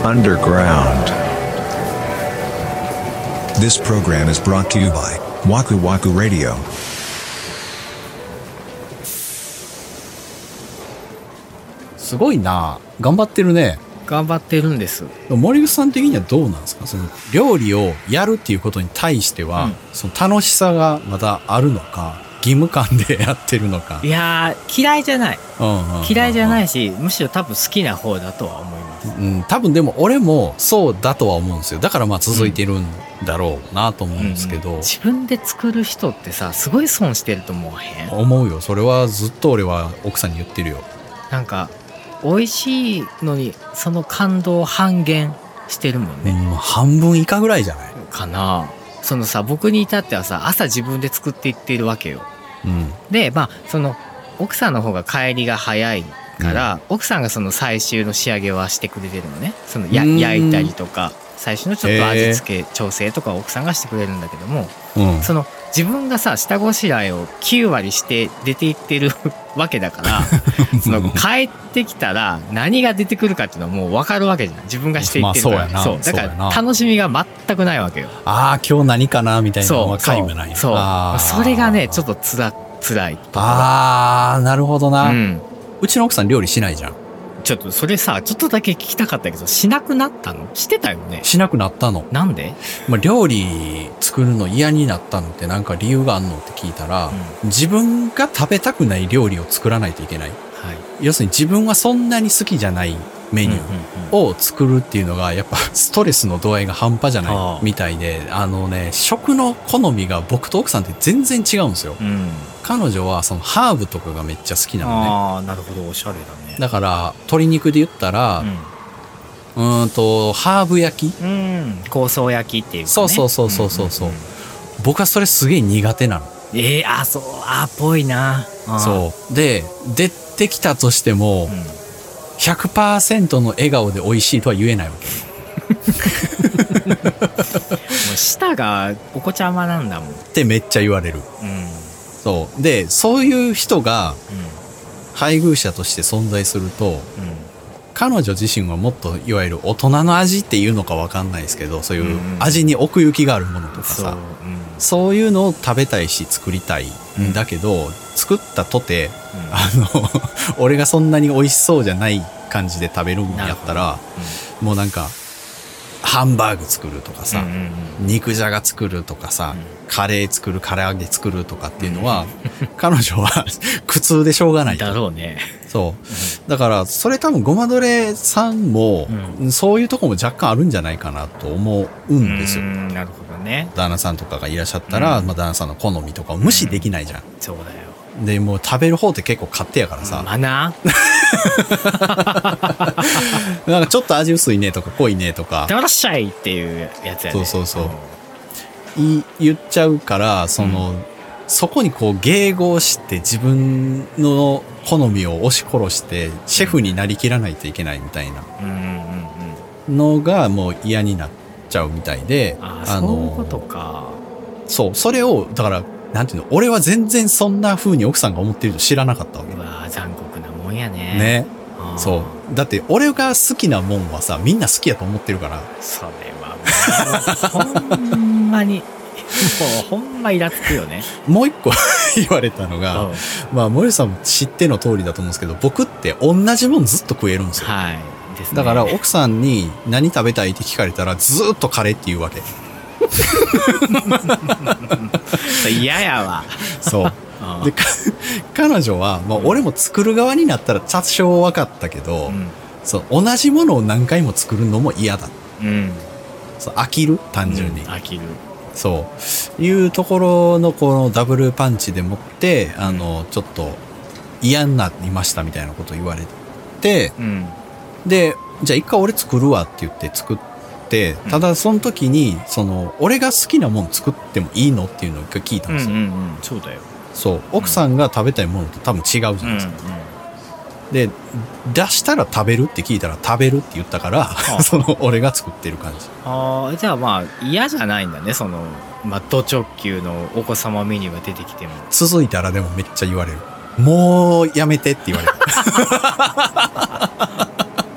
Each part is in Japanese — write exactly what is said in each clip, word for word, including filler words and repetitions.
underground. This program is brought to you by Waku Waku Radio. すごいな、頑張ってるね。 頑張ってるんです。 森口さん的にはどうなんですか、その料理をやるっていうことに対しては、うん、その楽しさがまだあるのか、義務感でやってるのか。 いやー、嫌いじゃない、うんうんうんうん、嫌いじゃないし、むしろ多分好きな方だとは思います、 うん、多分でも俺もそうだとは思うんですよ。だからまあ続いてるんだろうなと思うんですけど、 うんうん、自分で作る人ってさ、すごい損してると思わへん？ 思うよ。それはずっと俺は奥さんに言ってるよ。 なんか美味しいのにその感動を半減してるもんね、 うん、半分以下ぐらいじゃないかな。そのさ、僕に至ってはさ、朝自分で作っていっているわけよ、うん、でまあその奥さんの方が帰りが早いから、うん、奥さんがその最終の仕上げはしてくれてるのね。そのや焼いたりとか最初のちょっと味付け調整とか奥さんがしてくれるんだけども、うん、その自分がさ下ごしらえをきゅう割して出ていってるわけだからその帰ってきたら何が出てくるかっていうのはもう分かるわけじゃん、自分がしていってるから、まあ、そうやな。そうだから楽しみが全くないわけよ。 ああ今日何かなみたいなのは皆無ない。 そうそうそう、それがねちょっとつら辛いところ。 ああなるほどな、うん、うちの奥さん料理しないじゃん。 ちょっとそれさちょっとだけ聞きたかったけど、しなくなったの？してたよね。 しなくなったの。 なんで？ まあ、料理作るの嫌になったのってなんか理由があんのって聞いたら、うん、自分が食べたくない料理を作らないといけない、はい、要するに自分はそんなに好きじゃないメニューを作るっていうのがやっぱストレスの度合いが半端じゃないみたいで、あのね食の好みが僕と奥さんって全然違うんですよ、うん、彼女はそのハーブとかがめっちゃ好きなのね。 ああなるほど、おしゃれだね。 だから鶏肉で言ったら、うん、うーんとハーブ焼き、うん、 香草焼きっていうかね。 そうそうそうそうそうそう、うんうんうん、僕はそれすげえ苦手なの。 えー、あそうあっぽいな。あそうで出てきたとしても、うん、ひゃくパーセント の笑顔で美味しいとは言えないわけもう舌がお子ちゃまなんだもんってめっちゃ言われる、うん、そうでそういう人が配偶者として存在すると、うん、彼女自身はもっといわゆる大人の味っていうのか分かんないですけど、そういう味に奥行きがあるものとかさ、そう、うん、そういうのを食べたいし作りたいんだけど、うん、作ったとて、うん、あの俺がそんなに美味しそうじゃない感じで食べるんやったら、うん、もうなんかハンバーグ作るとかさ、うんうんうん、肉じゃが作るとかさ、うん、カレー作る唐揚げ作るとかっていうのは、うん、彼女は苦痛でしょうがないだろうね。 そう、だからそれ多分ごまどれさんも、うん、そういうとこも若干あるんじゃないかなと思うんですよ。 うん、なるほどね。 旦那さんとかがいらっしゃったら、うんまあ、旦那さんの好みとかを無視できないじゃん、うん、 そうだよ。 でもう食べる方って結構勝手やからさ、 まあななんかちょっと味薄いねとか濃いねとかだらっしゃいっていうやつやね。 そうそうそう、うん、言っちゃうからその、うん、そこにこう迎合して自分の好みを押し殺してシェフになりきらないといけないみたいなのがもう嫌になっちゃうみたいで、 ああそういうことか。 そうそれをだからなんていうの、俺は全然そんな風に奥さんが思ってると知らなかったわけ。 うわ残酷なもんやね。 ね。そうだって俺が好きなもんはさみんな好きやと思ってるから。 それはもうほんまにもうほんまイラつくよね。 もう一個言われたのが、まあ森さんも知っての通りだと思うんですけど、僕って同じもんずっと食えるんですよ。 はいですね。 だから奥さんに何食べたいって聞かれたらずっとカレーって言うわけ。 嫌やわ。 そうで彼女は、まあ、俺も作る側になったら多少分かったけど、うん、そう同じものを何回も作るのも嫌だ、うん、そう飽きる単純に、 うん、飽きるそういうところのこのダブルパンチでもってあのちょっと嫌になりましたみたいなことを言われて、うん、でじゃあ一回俺作るわって言って作って、ただその時にその俺が好きなもの作ってもいいのっていうのを一回聞いたんですよ、うんうんうん、 そうだよ。 そう奥さんが食べたいものと多分違うじゃないですか、うんうん、で出したら食べるって聞いたら食べるって言ったからその俺が作ってる感じ。 ああじゃあまあ嫌じゃないんだね、そのまあド直球のお子様メニューが出てきても。 続いたらでもめっちゃ言われる、もうやめてって言われる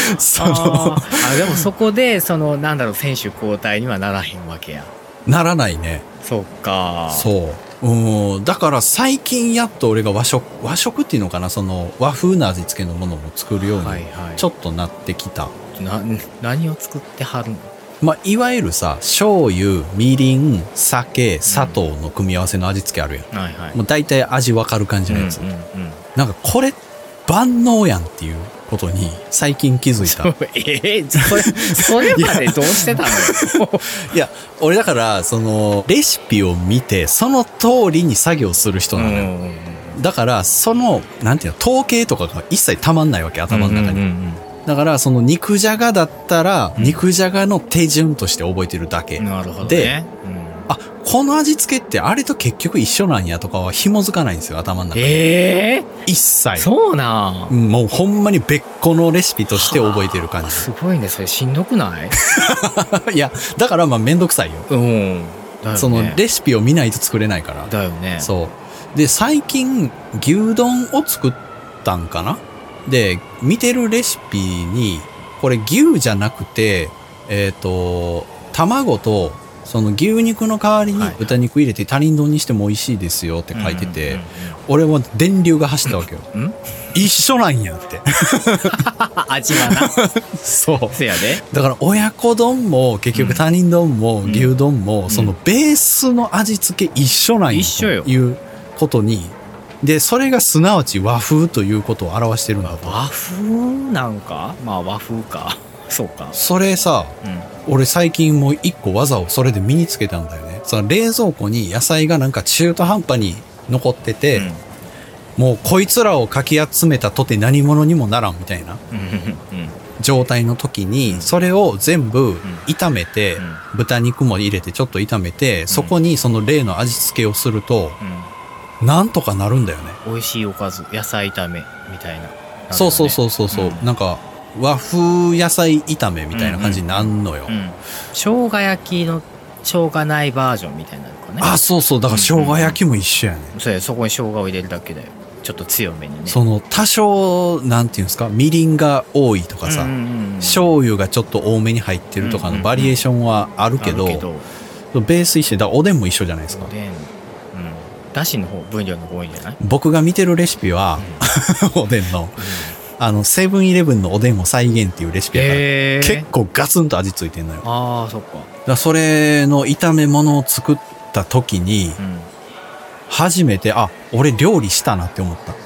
そのああでもそこでそのなんだろう選手交代にはならへんわけや。 ならないね。 そっか。 そううんだから最近やっと俺が和食和食っていうのかなその和風な味付けのものも作るようにはいはいちょっとなってきた、 な何を作ってはるの？ まあ、いわゆるさ醤油みりん酒砂糖の組み合わせの味付けあるやん、 はいはい。 もう大体味わかる感じのやつ、 うんうんうん、 なんかこれ万能やんっていうことに最近気づいた。 えー、それそれまでどうしてたのよ。 いや俺だからそのレシピを見てその通りに作業する人なのよ、 うんうんうん、 だからそのなんていうの統計とかが一切たまんないわけ頭の中に、 うんうんうんだからその肉じゃがだったら肉じゃがの手順として覚えてるだけ、 うん、なるほどね。 で、あこの味付けってあれと結局一緒なんやとかは紐づかないんですよ頭の中で、 えー、 一切そうなん、 うん、もうほんまに別個のレシピとして覚えてる感じ。 すごいね。それしんどくない？ いやだからまあめんどくさいよ、 うんだよね、 そのレシピを見ないと作れないからだよね。 そうで最近牛丼を作ったんかな。で見てるレシピにこれ牛じゃなくてえっと卵とその牛肉の代わりに豚肉入れて他人丼にしても美味しいですよって書いてて、 うんうんうんうん、 俺は電流が走ったわけよ。 ん一緒なんやって味はな。 そうせやで。 だから親子丼も結局他人丼も牛丼もそのベースの味付け一緒なんや一緒よということにでそれがすなわち和風ということを表してるんだと。 和風なんかまあ和風か。そうか。 それさ、うん、俺最近もう一個技をそれで身につけたんだよね。その冷蔵庫に野菜がなんか中途半端に残ってて、うん、もうこいつらをかき集めたとて何者にもならんみたいな状態の時にそれを全部炒めて、うん、豚肉も入れてちょっと炒めて、うん、そこにその例の味付けをすると、うん、なんとかなるんだよね。 美味しいおかず野菜炒めみたいな、ね、 そうそうそうそうそう、うん、なんか和風野菜炒めみたいな感じになんのよ、うんうんうん、 生姜焼きの生姜ないバージョンみたいなのかね。 あそうそうだから生姜焼きも一緒やね、 うんうん、そうやそこに生姜を入れるだけだよ。ちょっと強めにね。 その多少なんていうんですかみりんが多いとかさ、うんうんうん、醤油がちょっと多めに入ってるとかのバリエーションはあるけど、うんうんうん、ベース一緒だからおでんも一緒じゃないですか。 おでん、うん、だしの方分量の方が多いんじゃない？ 僕が見てるレシピは、うん、おでんの、うんあのセブンイレブンのおでんを再現っていうレシピやから結構ガツンと味ついてんのよ。 ああそっか。だからそれの炒め物を作った時に、うん、初めてあ俺料理したなって思った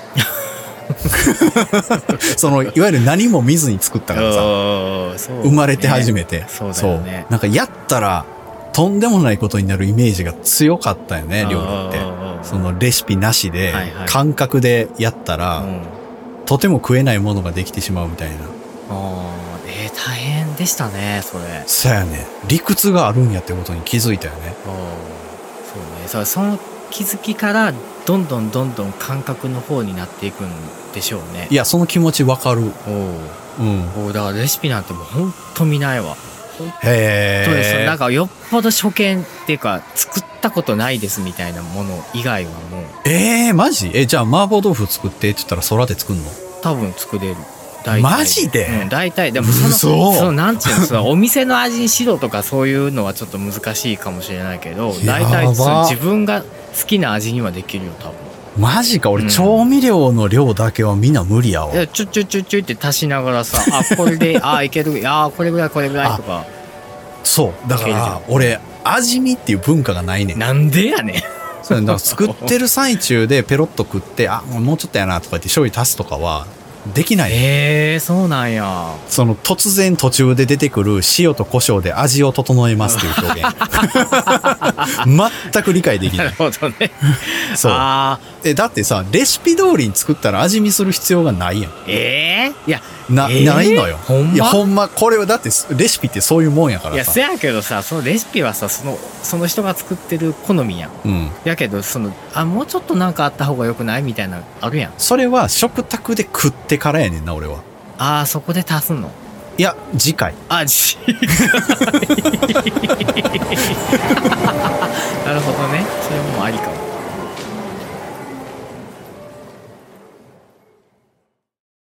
そのいわゆる何も見ずに作ったからさ、ね、生まれて初めてそうだよね。 なんかやったらとんでもないことになるイメージが強かったよね料理って。そのレシピなしで、はいはい、感覚でやったら、うんとても食えないものができてしまうみたいな。 あえー、大変でしたねそれ。 そうやね理屈があるんやってことに気づいたよね。 そうね。その気づきからどんどんどんどん感覚の方になっていくんでしょうね。 いやその気持ちわかる。 お、うん、おだからレシピなんてもうほんと見ないわ。 へえ。なんかよっぽど初見っていうか作ったことないですみたいなもの以外はもう。 えー、マジ？えじゃあ麻婆豆腐作ってって言ったら空で作るの？ 多分作れる。大体マジで？ うん、大体でもそのそのなんていうのそのお店の味にしろとかそういうのはちょっと難しいかもしれないけど、大体その自分が好きな味にはできるよ多分。 マジか俺、うん、調味料の量だけはみんな無理やわ。 いやちょちょちょちょって足しながらさあこれであいけるあこれぐらいこれぐらいとか。 そうだから俺味見っていう文化がないねん。 なんでやねんそうだから作ってる最中でペロッと食ってあもうちょっとやなとか言って醤油足すとかはできない。 へえー、そうなんや。 その突然途中で出てくる塩と胡椒で味を整えますっていう表現全く理解できない。 なるほどね。 そうあえだってさレシピ通りに作ったら味見する必要がないやん。 ええー、いやな、 えー、 ないのよ。 ほんま？ いやほんまこれはだってレシピってそういうもんやからさ。 いやせやけどさそのレシピはさそのその人が作ってる好みやん、うん、やけどそのあもうちょっとなんかあった方がよくないみたいなあるやん。 それは食卓で食ってからやねんな俺は。 ああそこで足すの？ いや次回。 あ次回なるほどねそれもありかも。